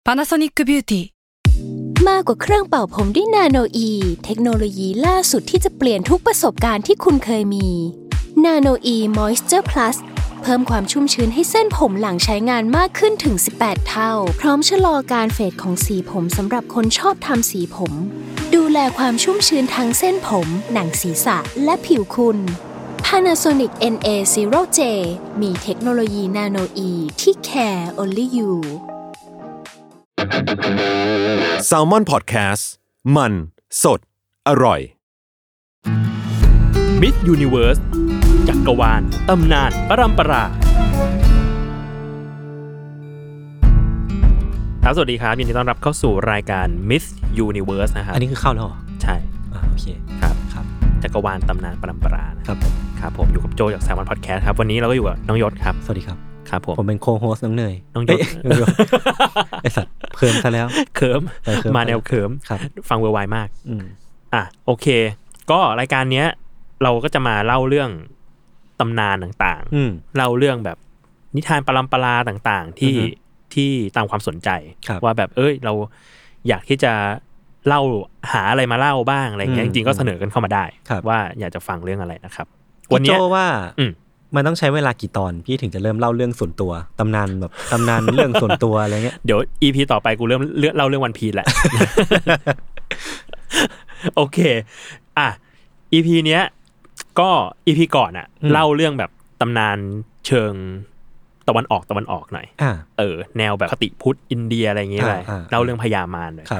Panasonic Beauty มากกว่าเครื่องเป่าผมด้วยนาโนอีเทคโนโลยีล่าสุดที่จะเปลี่ยนทุกประสบการณ์ที่คุณเคยมีนาโนอีมอยส์เจอร์พลัสเพิ่มความชุ่มชื้นให้เส้นผมหลังใช้งานมากขึ้นถึง18เท่าพร้อมชะลอการเฟดของสีผมสำหรับคนชอบทำสีผมดูแลความชุ่มชื้นทั้งเส้นผมหนังศีรษะและผิวคุณ Panasonic NA0J มีเทคโนโลยีนาโนอีที่ care only you Salmon Podcast มันสดอร่อย Miss Universe จักรวาลตำนานปรัมปราครับสวัสดีครับยินดีต้อนรับเข้าสู่รายการ Miss Universe นะครับอันนี้คือเข้าแล้วเหรอใช่โอเคครับครับจักรวาลตำนานปรัมปรานะครับผมอยู่กับโจจาก Salmon Podcast ครับวันนี้เราก็อยู่กับน้องยศครับสวัสดีครับครับผมเป็นโคโฮสต์น้องเนยน้องยศไอสัตว์เคิร์มซะแล้วเคิร์มมาแนวเคิร์มฟังเวอร์ไวมากโอเคก็รายการเนี้ยเราก็จะมาเล่าเรื่องตำนานต่างๆเล่าเรื่องแบบนิทานปรัมปราต่างๆที่ตามความสนใจว่าแบบเราอยากที่จะเล่าหาอะไรมาเล่าบ้างอะไรเงี้ยจริงๆก็เสนอกันเข้ามาได้ว่าอยากจะฟังเรื่องอะไรนะครับวันนี้โจว่ามันต้องใช้เวลากี่ตอนพี่ถึงจะเริ่มเล่าเรื่องส่วนตัวตำนานแบบตำนานเรื่องส่วนตัวอะไรเงี้ยเดี๋ยว EP ต่อไปกูเริ่มเล่าเรื่องวันพีซแหละ โอเคEP เนี้ยก็ EP ก่อนเล่าเรื่องแบบตำนานเชิงตะวันออกหน่อยแนวแบบคติพุทธอินเดียอะไรอย่างเงี้ยเลยเล่าเรื่องพญามารหน่อย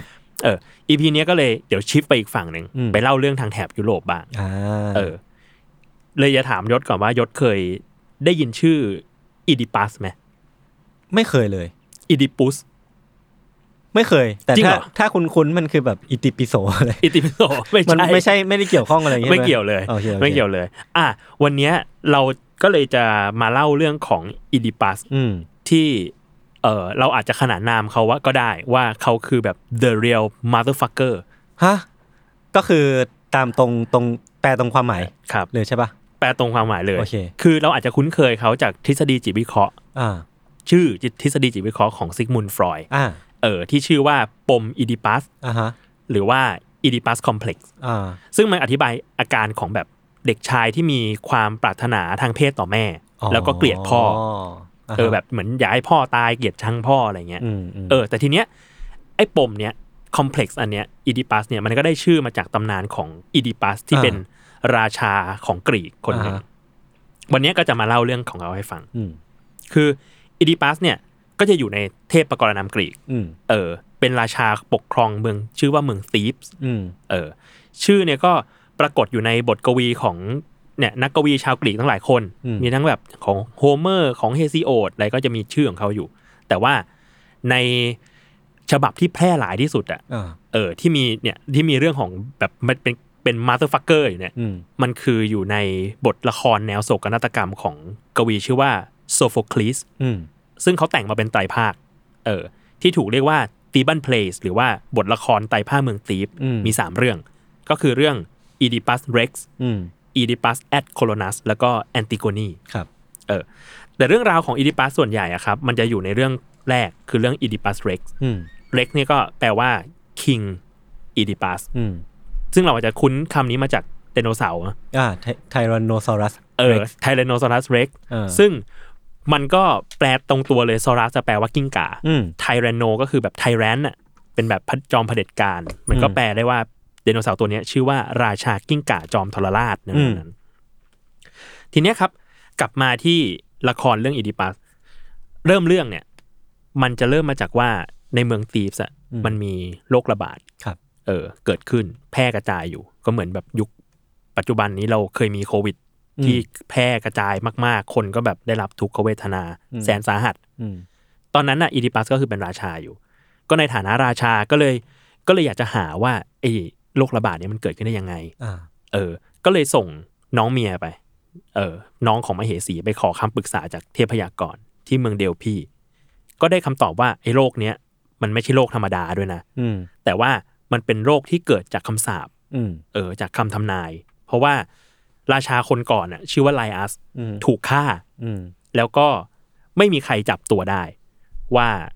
EP เนี้ยก็เลยเดี๋ยวชิฟไปอีกฝั่งนึงไปเล่าเรื่องทางแถบยุโรปบ้างเลยจะถามยศก่อนว่ายศเคยได้ยินชื่ออีดิปัสไหมไม่เคยเลยอีดิปุสไม่เคยแต่ถ้าคุ้นๆมันคือแบบอิติปิโสอะไรอิติปิโสไม่ใช่ไม่ได้เกี่ยวข้องอะไรอย่างเงี้ยไม่เกี่ยวเลยไม่เกี่ยวเลยวันนี้เราก็เลยจะมาเล่าเรื่องของอีดิปัสที่เราอาจจะขนานนามเขาว่าก็ได้ว่าเขาคือแบบ the real motherfucker ฮะก็คือตามตรงแปลตรงความหมายเลยใช่ป่ะแปลตรงความหมายเลยคือเราอาจจะคุ้นเคยเขาจากทฤษฎีจิตวิเคราะห์ชื่อทฤษฎีจิตวิเคราะห์ของซิกมุนด์ฟรอยด์ที่ชื่อว่าปมอีดิปัสหรือว่าอีดิปัสคอมเพล็กซ์ซึ่งมันอธิบายอาการของแบบเด็กชายที่มีความปรารถนาทางเพศต่อแม่แล้วก็เกลียดพ่อแบบเหมือนอยากให้พ่อตายเกลียดชังพ่ออะไรเงี้ยแต่ทีเนี้ยไอ้ปมเนี้ยคอมเพล็กซ์อันเนี้ยอีดิปัสเนี่ยมันก็ได้ชื่อมาจากตำนานของอีดิปัสที่เป็นราชาของกรีกคนหนึ่งวันนี้ก็จะมาเล่าเรื่องของเขาให้ฟังคืออีดิปัสเนี่ยก็จะอยู่ในเทพกรณามกรีกเป็นราชาปกครองเมืองชื่อว่าเมืองธีฟส์ชื่อเนี่ยก็ปรากฏอยู่ในบทกวีของเนี่ยนักกวีชาวกรีกทั้งหลายคนมีทั้งแบบของโฮเมอร์ของเฮซิโอดอะไรก็จะมีชื่อของเขาอยู่แต่ว่าในฉบับที่แพร่หลายที่สุดที่มีเนี่ยที่มีเรื่องของแบบมันเป็นมาสเตอร์ฟักเกอร์อยู่เนี่ยมันคืออยู่ในบทละครแนวโศกนาฏกรรมของกวีชื่อว่าโซโฟคลีสซึ่งเขาแต่งมาเป็นไตรภาคที่ถูกเรียกว่าตีบันเพลสหรือว่าบทละครไตรภาคเมืองธีฟมี3เรื่องก็คือเรื่องอีดิปัสเร็กซ์อีดิปัสแอดโคโลนัสแล้วก็แอนติโกนีครับแต่เรื่องราวของอีดิปัสส่วนใหญ่อะครับมันจะอยู่ในเรื่องแรกคือเรื่องอีดิปัสเร็กซ์เร็กซ์นี่ก็แปลว่า King อีดิปัสซึ่งเราอาจจะคุ้นคำนี้มาจากไดโนเสาร์ไทแรนโนซอรัสไทแรนโนซอรัสเร็กซ์ซึ่งมันก็แปลตรงตัวเลยซอรัสจะแปลว่ากิ้งก่าไทแรนโนก็คือแบบไทแรนน่ะเป็นแบบจอมเผด็จการมันก็แปลได้ว่าไดโนเสาร์ตัวนี้ชื่อว่าราชากิ้งก่าจอมทรราชนั้นทีเนี้ยครับกลับมาที่ละครเรื่องอีดิปัสเริ่มเรื่องเนี่ยมันจะเริ่มมาจากว่าในเมืองธีฟส์มันมีโรคระบาดเกิดขึ้นแพร่กระจายอยู่ก็เหมือนแบบยุคปัจจุบันนี้เราเคยมีโควิดที่แพร่กระจายมากๆคนก็แบบได้รับทุกขเวทนาแสนสาหัสตอนนั้นน่ะอีดิปัสก็คือเป็นราชาอยู่ก็ในฐานะราชาก็เลยอยากจะหาว่าไอ้โรคระบาดนี้มันเกิดขึ้นได้ยังไงก็เลยส่งน้องเมียไปน้องของมเหสีไปขอคำปรึกษาจากเทพยากรที่เมืองเดลพีก็ได้คำตอบว่าไอ้โรคเนี้ยมันไม่ใช่โรคธรรมดาด้วยนะแต่ว่ามันเป็นโรคที่เกิดจากคำสาปจากคำทำนายเพราะว่าราชาคนก่อนชื่อว่าไลอัสถูกฆ่าแล้วก็ไม่มีใครจับตัวได้ว่า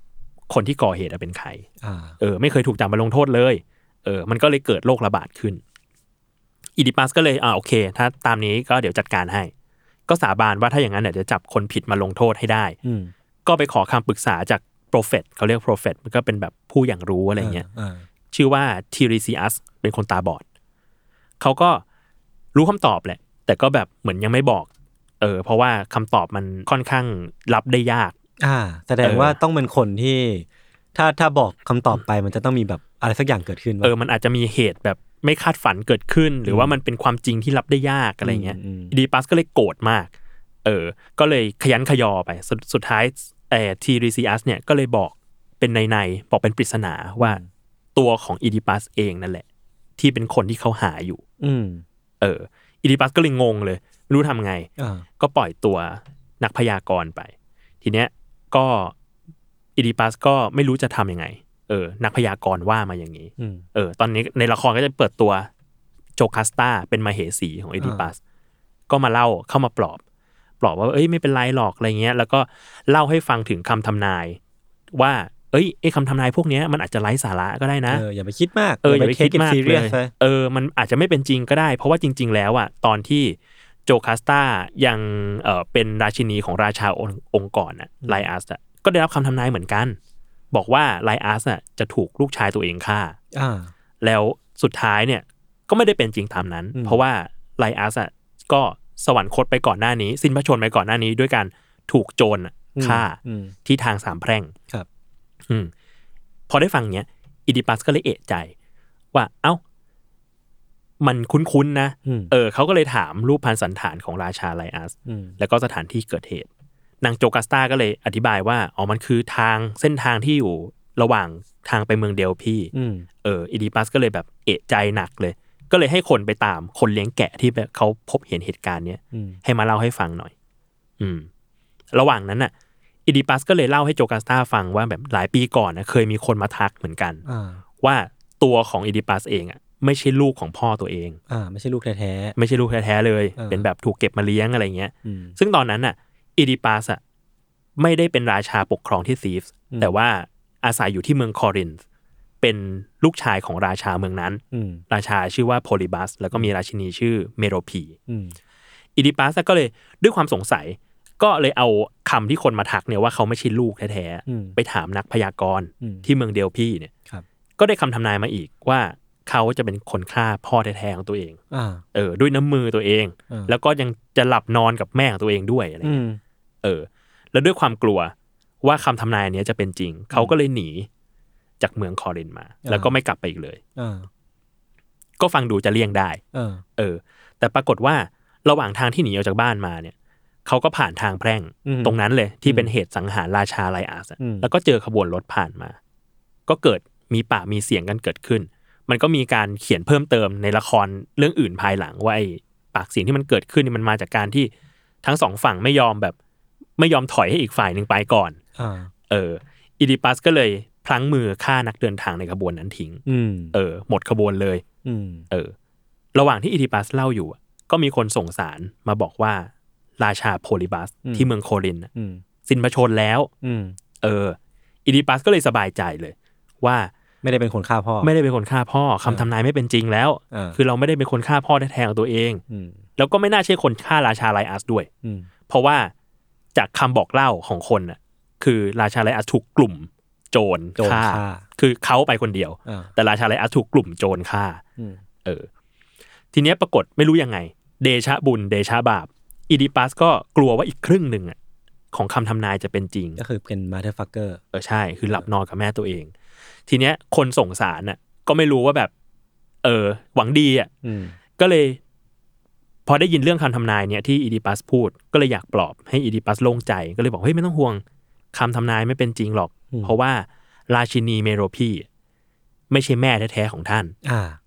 คนที่ก่อเหตุเป็นใครไม่เคยถูกจับมาลงโทษเลยมันก็เลยเกิดโรคระบาดขึ้นอีดิปัสก็เลยโอเคถ้าตามนี้ก็เดี๋ยวจัดการให้ก็สาบานว่าถ้าอย่างนั้นเดี๋ยวจะจับคนผิดมาลงโทษให้ได้ก็ไปขอคำปรึกษาจากโปรเฟตเขาเรียกโปรเฟตมันก็เป็นแบบผู้อย่างรู้อะไรเงี้ยชื่อว่าทีริซิอัสเป็นคนตาบอดเขาก็รู้คำตอบแหละแต่ก็แบบเหมือนยังไม่บอกเพราะว่าคำตอบมันค่อนข้างรับได้ยากแสดงว่าต้องเป็นคนที่ถ้าบอกคำตอบไปมันจะต้องมีแบบอะไรสักอย่างเกิดขึ้นมันอาจจะมีเหตุแบบไม่คาดฝันเกิดขึ้นหรือว่ามันเป็นความจริงที่รับได้ยากอะไรเงี้ยอีดิปัสก็เลยโกรธมากก็เลยขยันขยอไปสุดท้ายทีริซิอัสเนี่ยก็เลยบอกเป็นในบอกเป็นปริศนาว่าตัวของอีดิปัสเองนั่นแหละที่เป็นคนที่เขาหาอยู่อีดิปัสก็เลยงงเลยไม่รู้ทำไงก็ปล่อยตัวนักพยากรณ์ไปทีเนี้ยก็อีดิปัสก็ไม่รู้จะทำยังไงนักพยากรณ์ว่ามาอย่างนี้ตอนนี้ในละครก็จะเปิดตัวโจคัสตาเป็นมเหสีของอีดิปัสก็มาเล่าเข้ามาปลอบว่าไม่เป็นไรหรอกอะไรเงี้ยแล้วก็เล่าให้ฟังถึงคำทำนายว่าไอ้คำทำนายพวกนี้มันอาจจะไร้สาระก็ได้นะอย่าไปคิดมากอย่าไปคิดมากเลยมันอาจจะไม่เป็นจริงก็ได้เพราะว่าจริงๆแล้วอ่ะตอนที่โจคัสตายังเป็นราชินีของราชาองค์ก่อนน่ะไลอัสอ่ะก็ได้รับคำทำนายเหมือนกันบอกว่าไลอัสอ่ะจะถูกลูกชายตัวเองฆ่าแล้วสุดท้ายเนี่ยก็ไม่ได้เป็นจริงตามนั้นเพราะว่าไลอัสอ่ะก็สวรรคตไปก่อนหน้านี้สิ้นพระชนม์ไปก่อนหน้านี้ด้วยการถูกโจรฆ่าที่ทางสามแพร่งครับพอได้ฟังเนี้ยอีดิปัสก็เลยเอะใจว่ามันคุ้นๆนะเขาก็เลยถามรูปพรรณสันฐานของราชาไลอัสแล้วก็สถานที่เกิดเหตุนางโจกัสตาก็เลยอธิบายว่ามันคือเส้นทางที่อยู่ระหว่างทางไปเมืองเดลพีอีดิปัสก็เลยแบบเอะใจหนักเลยก็เลยให้คนไปตามคนเลี้ยงแกะที่แบบเขาพบเห็นเหตุการณ์เนี้ยให้มาเล่าให้ฟังหน่อยระหว่างนั้นน่ะอีดิปัสก็เลยเล่าให้โจกัสตาฟังว่าแบบหลายปีก่อนนะเคยมีคนมาทักเหมือนกันว่าตัวของอีดิปัสเองอ่ะไม่ใช่ลูกของพ่อตัวเองไม่ใช่ลูกแท้ๆไม่ใช่ลูกแท้ๆเลยเป็นแบบถูกเก็บมาเลี้ยงอะไรเงี้ยซึ่งตอนนั้นน่ะอีดิปัสอ่ะไม่ได้เป็นราชาปกครองที่ซีฟส์แต่ว่าอาศัยอยู่ที่เมืองคอรินธ์เป็นลูกชายของราชาเมืองนั้นราชาชื่อว่าโพลิบัสแล้วก็มีราชินีชื่อเมโรพีอีดิปัสก็เลยด้วยความสงสัยก็เลยเอาคำที่คนมาทักเนี่ยว่าเขาไม่ใช่ลูกแท้ๆไปถามนักพยากรณ์ที่เมืองเดลพีเนี่ยก็ได้คำทำนายมาอีกว่าเขาจะเป็นคนฆ่าพ่อแท้ๆของตัวเองด้วยน้ำมือตัวเองแล้วก็ยังจะหลับนอนกับแม่ของตัวเองด้วยอะไรเงี้ยแล้วด้วยความกลัวว่าคำทำนายนี้จะเป็นจริงเขาก็เลยหนีจากเมืองคอรินธ์มาแล้วก็ไม่กลับไปอีกเลยก็ฟังดูจะเลี่ยงได้แต่ปรากฏว่าระหว่างทางที่หนีออกจากบ้านมาเนี่ยเขาก็ผ่านทางแพร่งตรงนั้นเลยที่เป็นเหตุสังหารราชาไลอัสแล้วก็เจอขบวนรถผ่านมาก็เกิดมีปากมีเสียงกันเกิดขึ้นมันก็มีการเขียนเพิ่มเติมในละครเรื่องอื่นภายหลังว่าไอ้ปากเสียงที่มันเกิดขึ้นนี่มันมาจากการที่ทั้งสองฝั่งไม่ยอมถอยให้อีกฝ่ายนึงไปก่อนอีดิปัสก็เลยพลั้งมือฆ่านักเดินทางในขบวนนั้นทิ้งหมดขบวนเลยระหว่างที่อีดิปัสเล่าอยู่ก็มีคนส่งสารมาบอกว่าราชาโพลิบัสที่เมืองโครินธ์สิ้นพระชนม์แล้วอีดิปัสก็เลยสบายใจเลยว่าไม่ได้เป็นคนฆ่าพ่อคำทำนายไม่เป็นจริงแล้วคือเราไม่ได้เป็นคนฆ่าพ่อแท้ๆของตัวเองแล้วก็ไม่น่าใช่คนฆ่าราชาไลอัสด้วยเพราะว่าจากคำบอกเล่าของคนน่ะคือราชาไลอัสถูกกลุ่มโจรฆ่าคือเขาไปคนเดียวแต่ราชาไลอัสถูกกลุ่มโจรฆ่าทีเนี้ยปรากฏไม่รู้ยังไงเดชะบุญเดชะบาปอีดิปัสก็กลัวว่าอีกครึ่งนึงของคำทำนายจะเป็นจริงก็คือเป็นมาเธอร์ฟักเกอร์ใช่คือหลับนอนกับแม่ตัวเองทีเนี้ยคนส่งสารก็ไม่รู้ว่าแบบหวังดีก็เลยพอได้ยินเรื่องคำทำนายเนี่ยที่อีดิปัสพูดก็เลยอยากปลอบให้อีดิปัสโล่งใจก็เลยบอกเฮ้ยไม่ต้องห่วงคำทำนายไม่เป็นจริงหรอกเพราะว่าราชินีเมโรพีไม่ใช่แม่แท้ๆของท่าน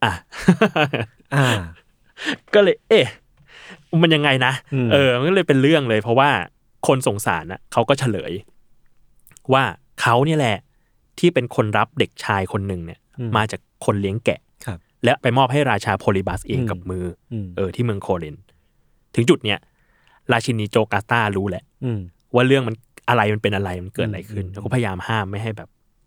ก็เลยมันยังไงนะมันก็เลยเป็นเรื่องเลยเพราะว่าคนส่งสารเขาก็เฉลยว่าเขาเนี่ยแหละที่เป็นคนรับเด็กชายคนหนึ่งเนี่ยมาจากคนเลี้ยงแกะและไปมอบให้ราชาโพลิบัสเองกับมือที่เมืองโครินธ์ถึงจุดเนี้ยราชินีโจกัสตารู้แหละว่าเรื่องมันอะไรมันเป็นอะไรมันเกิดอะไรขึ้นแล้วก็พยายามห้ามไม่ให้แบบ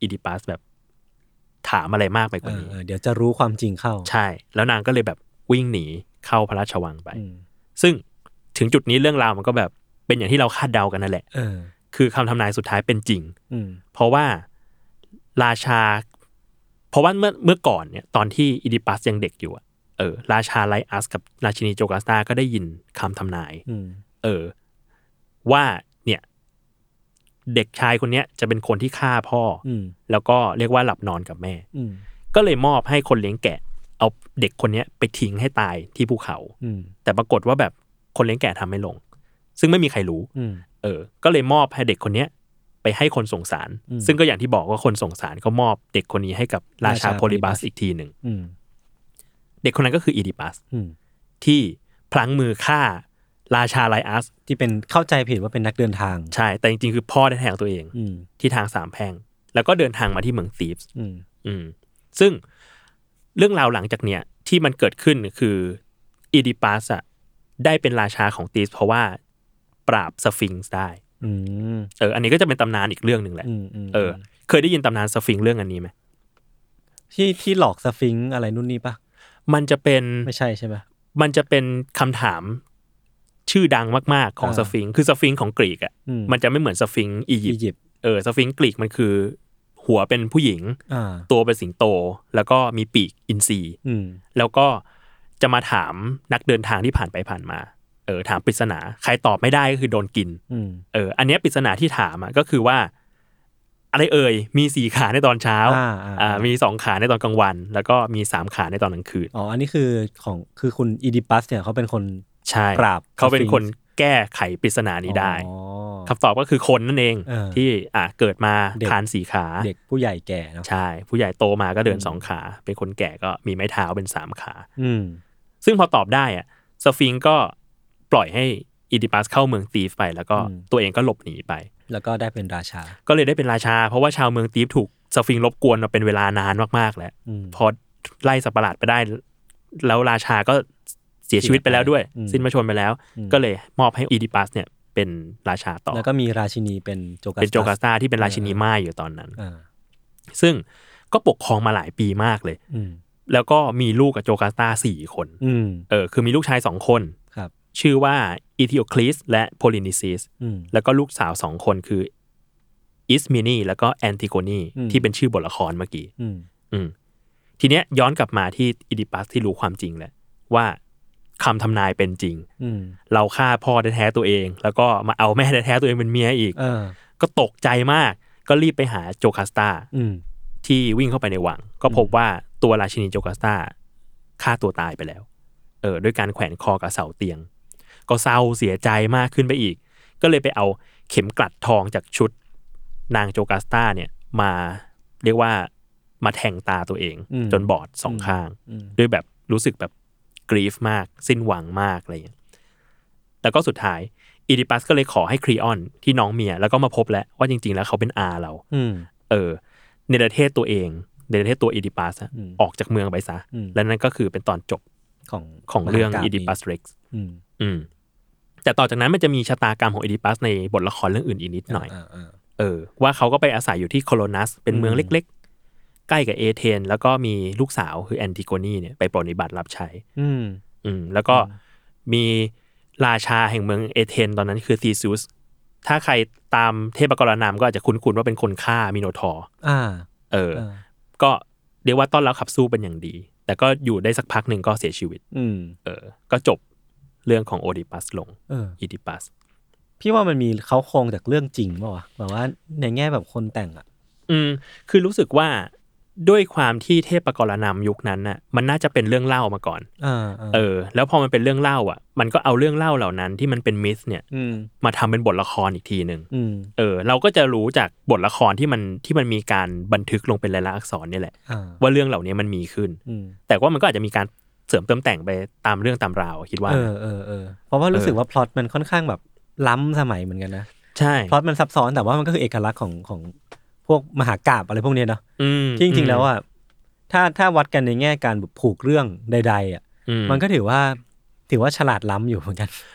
อีดิปัสแบบถามอะไรมากไปกว่านี้เดี๋ยวจะรู้ความจริงเข้าใช่แล้วนางก็เลยแบบวิ่งหนีเข้าพระราชวังไปซึ่งถึงจุดนี้เรื่องราวมันก็แบบเป็นอย่างที่เราคาดเดากันนั่นแหละคือคำทำนายสุดท้ายเป็นจริงเพราะว่าราชาเพราะว่าเมื่อก่อนเนี่ยตอนที่อีดิปัสยังเด็กอยู่ราชาไลอัสกับราชินีโจกาสตาก็ได้ยินคำทำนายว่าเนี่ยเด็กชายคนนี้จะเป็นคนที่ฆ่าพ่อแล้วก็เรียกว่าหลับนอนกับแม่ก็เลยมอบให้คนเลี้ยงแกะเอาเด็กคนนี้ไปทิ้งให้ตายที่ภูเขาแต่ปรากฏว่าแบบคนเลี้ยงแกะทำไม่ลงซึ่งไม่มีใครรู้ก็เลยมอบให้เด็กคนนี้ไปให้คนส่งสารซึ่งก็อย่างที่บอกว่าคนส่งสารก็มอบเด็กคนนี้ให้กับราชาโพลิบัสอีกทีหนึ่งเด็กคนนั้นก็คืออีดิปัสที่พลั้งมือฆ่าราชาไลอัสที่เป็นเข้าใจผิดว่าเป็นนักเดินทางใช่แต่จริงๆคือพ่อแท้ๆของตัวเองที่ทางสามแพร่งแล้วก็เดินทางมาที่เมืองธีฟส์ซึ่งเรื่องราวหลังจากเนี้ยที่มันเกิดขึ้นคืออีดิปัสได้เป็นราชาของธีฟส์เพราะว่าปราบสฟิงซ์ได้อันนี้ก็จะเป็นตำนานอีกเรื่องนึงแหละเคยได้ยินตำนานสฟิงซ์เรื่องอันนี้ไหมที่หลอกสฟิงซ์อะไรนู่นนี่ปะมันจะเป็นไม่ใช่ใช่ไหมมันจะเป็นคำถามชื่อดังมากๆของสฟิงซ์คือสฟิงซ์ของกรีกมันจะไม่เหมือนสฟิงซ์อียิปต์สฟิงซ์กรีกมันคือหัวเป็นผู้หญิงตัวเป็นสิงโตแล้วก็มีปีกอินทรีแล้วก็จะมาถามนักเดินทางที่ผ่านไปผ่านมาถามปริศนาใครตอบไม่ได้ก็คือโดนกินอันนี้ปริศนาที่ถามก็คือว่าอะไรมี4ขาในตอนเช้ามี2ขาในตอนกลางวันแล้วก็มี3ขาในตอนกลางคืนอันนี้คือคุณอีดิปัสเนี่ยเขาเป็นคนปราบเขาเป็นคนแก้ไขปริศนานี้ได้คำตอบก็คือคนนั่นเองที่เกิดมาคาน4ขาเด็กผู้ใหญ่แก่เนาะใช่ผู้ใหญ่โตมาก็เดิน2ขาเป็นคนแก่ก็มีไม้เท้าเป็น3ขาซึ่งพอตอบได้สฟิงค์ก็ปล่อยให้อีดิปัสเข้าเมืองธีฟไปแล้วก็ตัวเองก็หลบหนีไปแล้วก็ได้เป็นราชาก็เลยได้เป็นราชาเพราะว่าชาวเมืองธีฟถูกสฟิงค์รบกวนมาเป็นเวลานานมากๆแล้วพอไล่สัตว์ประหลาดไปได้แล้วราชาก็เสียชีวิตไปแล้วด้วยสิ้นพระชนม์ไปแล้วก็เลยมอบให้อีดิปัสเนี่ยเป็นราชาต่อแล้วก็มีราชินีเป็นโจกาสตาที่เป็นราชินีม่ายอยู่ตอนนั้นซึ่งก็ปกครองมาหลายปีมากเลยแล้วก็มีลูกกับโจกาสตา4 คนคือมีลูกชาย2 คนชื่อว่าอีธิโอคลิสและโพลินิซิสแล้วก็ลูกสาว2 คนคืออิสมินีแล้วก็แอนติโกนีที่เป็นชื่อบทละครเมื่อกี้ทีเนี้ยย้อนกลับมาที่อีดิปัสที่รู้ความจริงแหละว่าคำทำนายเป็นจริงเราฆ่าพ่อแท้ๆตัวเองแล้วก็มาเอาแม่แท้ๆตัวเองเป็นเมียอีกก็ตกใจมากก็รีบไปหาโจคาสตาที่วิ่งเข้าไปในวังก็พบว่าตัวราชินีโจคาสตาฆ่าตัวตายไปแล้วด้วยการแขวนคอกับเสาเตียงก็เศร้าเสียใจมากขึ้นไปอีกก็เลยไปเอาเข็มกลัดทองจากชุดนางโจกาสตาเนี่ยมาเรียกว่ามาแทงตาตัวเองจนบอด2 ข้างด้วยแบบรู้สึกแบบกรีฟมากสิ้นหวังมากอะไรอย่างเงี้ยแล้วก็สุดท้ายอีดิปัสก็เลยขอให้ครีออนที่น้องเมียแล้วก็มาพบแล้วว่าจริงๆแล้วเขาเป็นอาเราเนรเทศตัวเองเนรเทศตัวอีดิปัสออกจากเมืองไปซะและนั่นก็คือเป็นตอนจบของเรื่องอีดิปัสเร็กซ์แต่ต่อจากนั้นมันจะมีชะตากรรมของอีดิปัสในบทละครเรื่องอื่นอีกนิดหน่อยว่าเขาก็ไปอาศัยอยู่ที่โคโลนัสเป็นเมืองเล็กๆใกล้กับเอเธนแล้วก็มีลูกสาวคือแอนติโกนีเนี่ยไปปรนนิบัติรับใช้แล้วก็มีราชาแห่งเมืองเอเธนตอนนั้นคือธีซุสถ้าใครตามเทพกรณามก็อาจจะคุ้นๆว่าเป็นคนฆ่ามิโนทอร์ก็เรียกว่าต้อนรับขับสู้เป็นอย่างดีแต่ก็อยู่ได้สักพักหนึ่งก็เสียชีวิตก็จบเรื่องของโอดิปัสลงอีดิปัสพี่ว่ามันมีเขาโครงจากเรื่องจริงป่ะวะแบบว่าในแง่แบบคนแต่งคือรู้สึกว่าด้วยความที่เทพกรณามยุคนั้นน่ะมันน่าจะเป็นเรื่องเล่ามาก่อนแล้วพอมันเป็นเรื่องเล่ามันก็เอาเรื่องเล่าเหล่านั้นที่มันเป็นมิธเนี่ยมาทำเป็นบทละครอีกทีนึงเราก็จะรู้จากบทละครที่มันมีการบันทึกลงเป็นลายลักษณ์อักษรนี่แหละว่าเรื่องเหล่านี้มันมีขึ้นแต่ว่ามันก็อาจจะมีการเสริมเติมแต่งไปตามเรื่องตามราวคิดว่าเพราะว่ารู้สึกว่าพล็อตมันค่อนข้างแบบล้ำสมัยเหมือนกันนะใช่พล็อตมันซับซ้อนแต่ว่ามันก็คือเอกลักษณ์ของพวกมหากาพย์อะไรพวกนี้เนาะที่จริงๆแล้วถ้าวัดกันในแง่การผูกเรื่องใดๆมันก็ถือว่าฉลาดล้ำอยู่เหมือนกัน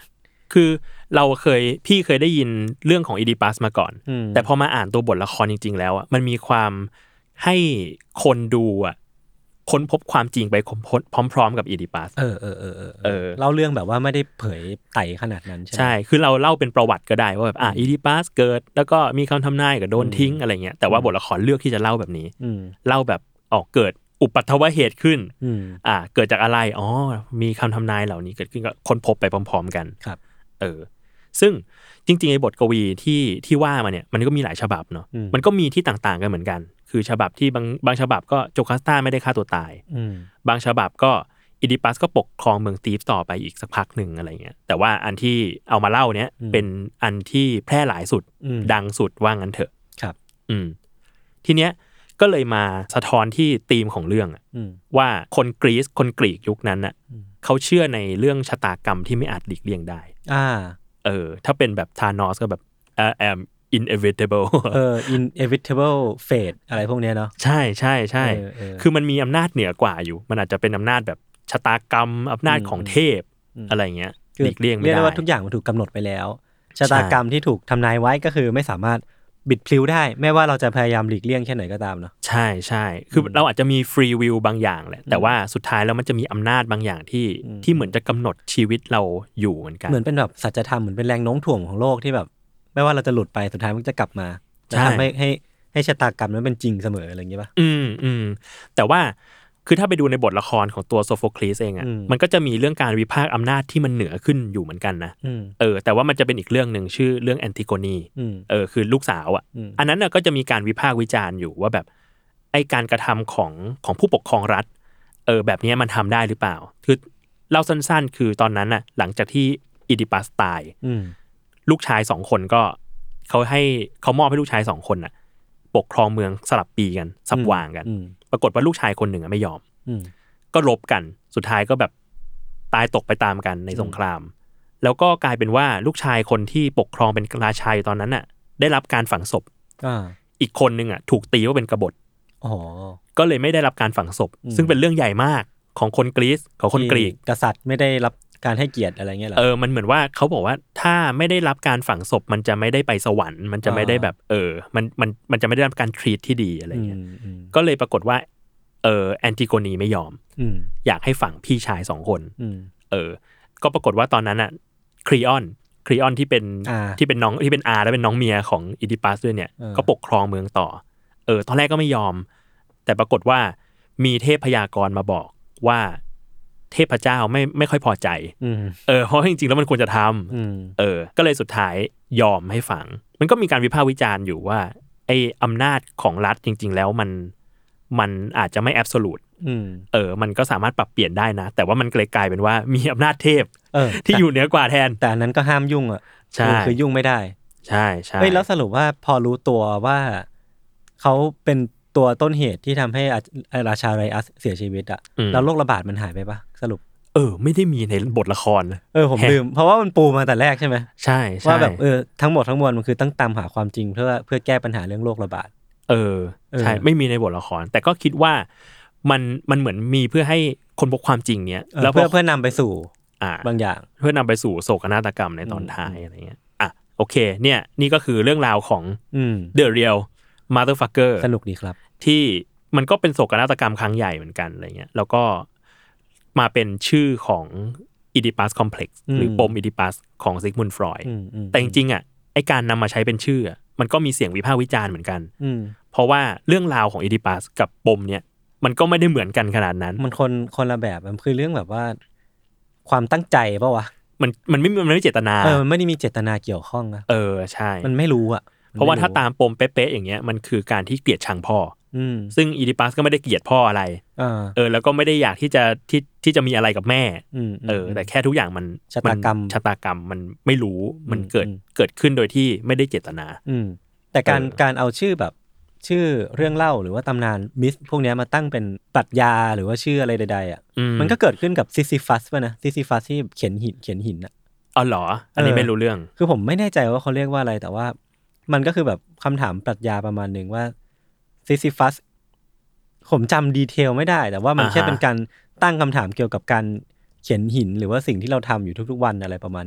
คือพี่เคยได้ยินเรื่องของอีดิปัสมาก่อนแต่พอมาอ่านตัวบทละครจริงๆแล้วอ่ะมันมีความให้คนดูอ่ะค้นพบความจริงไปพร้อมๆกับอีดิปัสเล่าเรื่องแบบว่าไม่ได้เผยไต่ขนาดนั้นใช่ใช่คือเราเล่าเป็นประวัติก็ได้ว่าแบบอีดิปัสเกิดแล้วก็มีคำทำนายกับโดนทิ้งอะไรเงี้ยแต่ว่าบทละครเลือกที่จะเล่าแบบนี้เล่าแบบเกิดอุปัตถวเหตุขึ้นเกิดจากอะไรมีคำทำนายเหล่านี้เกิดขึ้นก็ค้นพบไปพร้อมๆกันครับซึ่งจริงๆไอ้บทกวีที่ว่ามาเนี่ยมันก็มีหลายฉบับเนาะมันก็มีที่ต่างๆกันเหมือนกันคือฉบับที่บางฉบับก็โจคัสตาไม่ได้ฆ่าตัวตายบางฉบับก็อีดิปัสก็ปกครองเมืองธีฟต่อไปอีกสักพักหนึ่งอะไรเงี้ยแต่ว่าอันที่เอามาเล่าเนี้ยเป็นอันที่แพร่หลายสุดดังสุดว่างั้นเถอะครับทีเนี้ยก็เลยมาสะท้อนที่ธีมของเรื่องว่าคนกรีกยุคนั้นน่ะเขาเชื่อในเรื่องชะตากรรมที่ไม่อาจหลีกเลี่ยงได้ถ้าเป็นแบบธานอสก็แบบam inevitable inevitable fate อะไรพวกนี้เนาะใช่คือมันมีอำนาจเหนือกว่าอยู่มันอาจจะเป็นอำนาจแบบชะตากรรมอำนาจของเทพอะไรเงี้ยหลีกเลี่ยงไม่ได้เรียกว่าทุกอย่างมันถูกกำหนดไปแล้วชะตากรรมที่ถูกทำนายไว้ก็คือไม่สามารถบิดพลิ้วได้แม้ว่าเราจะพยายามหลีกเลี่ยงแค่ไหนก็ตามเนาะใช่คือเราอาจจะมีฟรีวิลบางอย่างแหละแต่ว่าสุดท้ายแล้วมันจะมีอำนาจบางอย่างที่เหมือนจะกำหนดชีวิตเราอยู่เหมือนกันเหมือนเป็นแบบสัจธรรมเหมือนเป็นแรงโน้มถ่วงของโลกที่แบบไม่ว่าเราจะหลุดไปสุดท้ายมันจะกลับมาจะทำให้ชะตากรรมนั้นเป็นจริงเสมออะไรอย่างนี้ป่ะแต่ว่าคือถ้าไปดูในบทละครของตัวโซโฟคลีสเองอ่ะมันก็จะมีเรื่องการวิพากษ์อำนาจที่มันเหนือขึ้นอยู่เหมือนกันนะแต่ว่ามันจะเป็นอีกเรื่องนึงชื่อเรื่องแอนติโกนีคือลูกสาวอ่ะอันนั้นน่ะก็จะมีการวิพากษ์วิจารณ์อยู่ว่าแบบไอ้การกระทำของผู้ปกครองรัฐแบบนี้มันทำได้หรือเปล่าคือเล่าสั้นๆคือตอนนั้นน่ะหลังจากที่อีดิปัสตายลูกชาย2คนก็เขามอบให้ลูกชาย2คนน่ะปกครองเมืองสลับปีกันสับวางกันปรากฏว่าลูกชายคนหนึ่งไม่ยอมก็รบกันสุดท้ายก็แบบตายตกไปตามกันในสงครามแล้วก็กลายเป็นว่าลูกชายคนที่ปกครองเป็นราชาตอนนั้นน่ะได้รับการฝังศพอีกคนนึงถูกตีว่าเป็นกบฏก็เลยไม่ได้รับการฝังศพซึ่งเป็นเรื่องใหญ่มากของคนกรีซของคนกรีกกษัตริย์ไม่ได้รับการให้เกียรติอะไรเงี้ยหรอมันเหมือนว่าเขาบอกว่าถ้าไม่ได้รับการฝังศพมันจะไม่ได้ไปสวรรค์มันจะไม่ได้แบบมันจะไม่ได้รับการทรีตที่ดีอะไรเงี้ยก็เลยปรากฏว่าแอนติโกนีไม่ยอมอยากให้ฝังพี่ชาย2คนก็ปรากฏว่าตอนนั้นครีออนที่เป็นน้องที่เป็นอาและเป็นน้องเมียของอีดิปัสด้วยเนี่ยก็ปกครองเมืองต่อตอนแรกก็ไม่ยอมแต่ปรากฏว่ามีเทพพยากรณ์มาบอกว่าเทพเจ้าไม่ค่อยพอใจเพราะจริงๆแล้วมันควรจะทำก็เลยสุดท้ายยอมให้ฝังมันก็มีการวิพากษ์วิจารณ์อยู่ว่าไอ้อำนาจของรัฐจริงๆแล้วมันอาจจะไม่แอบโซลูทมันก็สามารถปรับเปลี่ยนได้นะแต่ว่ามันกลายเป็นว่ามีอำนาจเทพที่อยู่เหนือกว่าแทนแต่อันนั้นก็ห้ามยุ่งคือยุ่งไม่ได้ใช่แล้วสรุปว่าพอรู้ตัวว่าเขาเป็นตัวต้นเหตุที่ทำให้ราชาไรอัสเสียชีวิตแล้วโรคระบาดมันหายไปปะสรุปไม่ได้มีในบทละครผมลืมเพราะว่ามันปูมาแต่แรกใช่ไหมใช่ว่าแบบทั้งหมดทั้งมวลมันคือต้องตามหาความจริงเพื่อแก้ปัญหาเรื่องโรคระบาดใช่ไม่มีในบทละครแต่ก็คิดว่ามันเหมือนมีเพื่อให้คนพบความจริงเนี้ยแล้วเพื่อนำไปสู่บางอย่างเพื่อนำไปสู่โศกนาฏกรรมในตอนท้ายอะไรเงี้ยโอเคเนี่ยนี่ก็คือเรื่องราวของ The Real Motherfucker สนุกดีครับที่มันก็เป็นโศกนาฏกรรมครั้งใหญ่เหมือนกันอะไรเงี้ยแล้วก็มาเป็นชื่อของ Oedipus Complex หรือปม Oedipus ของซิกมุนด์ฟรอยด์แต่จริงๆไอ้การนำมาใช้เป็นชื่อมันก็มีเสียงวิพากษ์วิจารณ์เหมือนกันเพราะว่าเรื่องราวของ Oedipus กับปมเนี่ยมันก็ไม่ได้เหมือนกันขนาดนั้นมันคนละแบบมันคือเรื่องแบบว่าความตั้งใจป่ะวะมันไม่เจตนามันไม่ได้มีเจตนาเกี่ยวข้องใช่มันไม่รู้เพราะว่าถ้าตามปมเป๊ะๆอย่างเงี้ยมันคือการที่เกลียดชังพ่อซึ่งอีดิปัสก็ไม่ได้เกลียดพ่ออะไรแล้วก็ไม่ได้อยากที่จะมีอะไรกับแม่แต่แค่ทุกอย่างมันชะตากรรมมันไม่รู้มันเกิดขึ้นโดยที่ไม่ได้เจตนาแต่การเอาชื่อแบบชื่อเรื่องเล่าหรือว่าตำนานมิสพวกนี้มาตั้งเป็นปรัชญาหรือว่าชื่ออะไรใดๆมันก็เกิดขึ้นกับซิซิฟัสป่ะนะซิซิฟัสที่เขียนหินเหรออันนี้ไม่รู้เรื่องคือผมไม่แน่ใจว่าเขาเรียกว่าอะไรแต่ว่ามันก็คือแบบคำถามปรัชญาประมาณนึงว่าซิซิฟัสผมจำดีเทลไม่ได้แต่ว่ามันแค่เป็นการตั้งคำถามเกี่ยวกับการเขียนหินหรือว่าสิ่งที่เราทำอยู่ทุกๆวันอะไรประมาณเนี้ย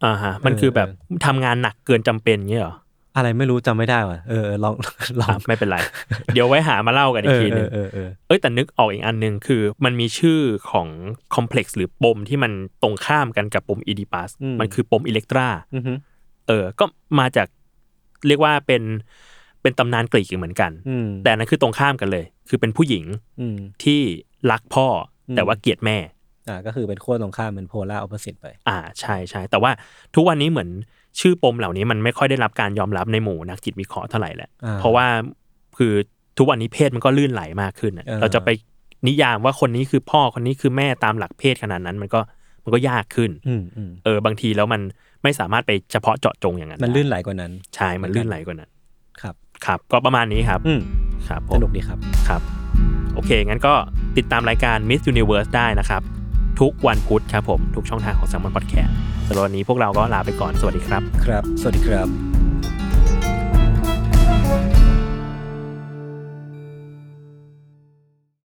ฮะมันคือแบบทำงานหนักเกินจำเป็นเงี้ยเหรออะไรไม่รู้จำไม่ได้ว่ะลองไม่เป็นไร เดี๋ยวไว้หามาเล่ากันอีกทีนึงแต่นึกออกอีกอันนึงคือมันมีชื่อของคอมเพล็กซ์หรือปมที่มันตรงข้ามกันกับปมอีดิปัสมันคือปมอิเล็กตราก็มาจากเรียกว่าเป็นตำนานกรีกเหมือนกันแต่นั้นคือตรงข้ามกันเลยคือเป็นผู้หญิงที่รักพ่อแต่ว่าเกลียดแม่ก็คือเป็นขั้วตรงข้ามเป็นโพลาร์ออปโพสิตไปใช่แต่ว่าทุกวันนี้เหมือนชื่อปมเหล่านี้มันไม่ค่อยได้รับการยอมรับในหมู่นักจิตวิเคราะห์เท่าไหร่แหละเพราะว่าคือทุกวันนี้เพศมันก็ลื่นไหลมากขึ้นเราจะไปนิยามว่าคนนี้คือพ่อคนนี้คือแม่ตามหลักเพศขนาดนั้นมันก็ยากขึ้นบางทีแล้วมันไม่สามารถไปเฉพาะเจาะจงอย่างนั้นมันลื่นไหลกว่านั้นใช่มันลื่นไหลกว่านั้นครับก็ประมาณนี้ครับครับสนุกดีครับโอเคงั้นก็ติดตามรายการ Miss Universe ได้นะครับทุกวันพุธครับผมทุกช่องทางของ Salmon Podcast สำหรับวันนี้พวกเราก็ลาไปก่อนสวัสดีครับครับสวัสดีครับ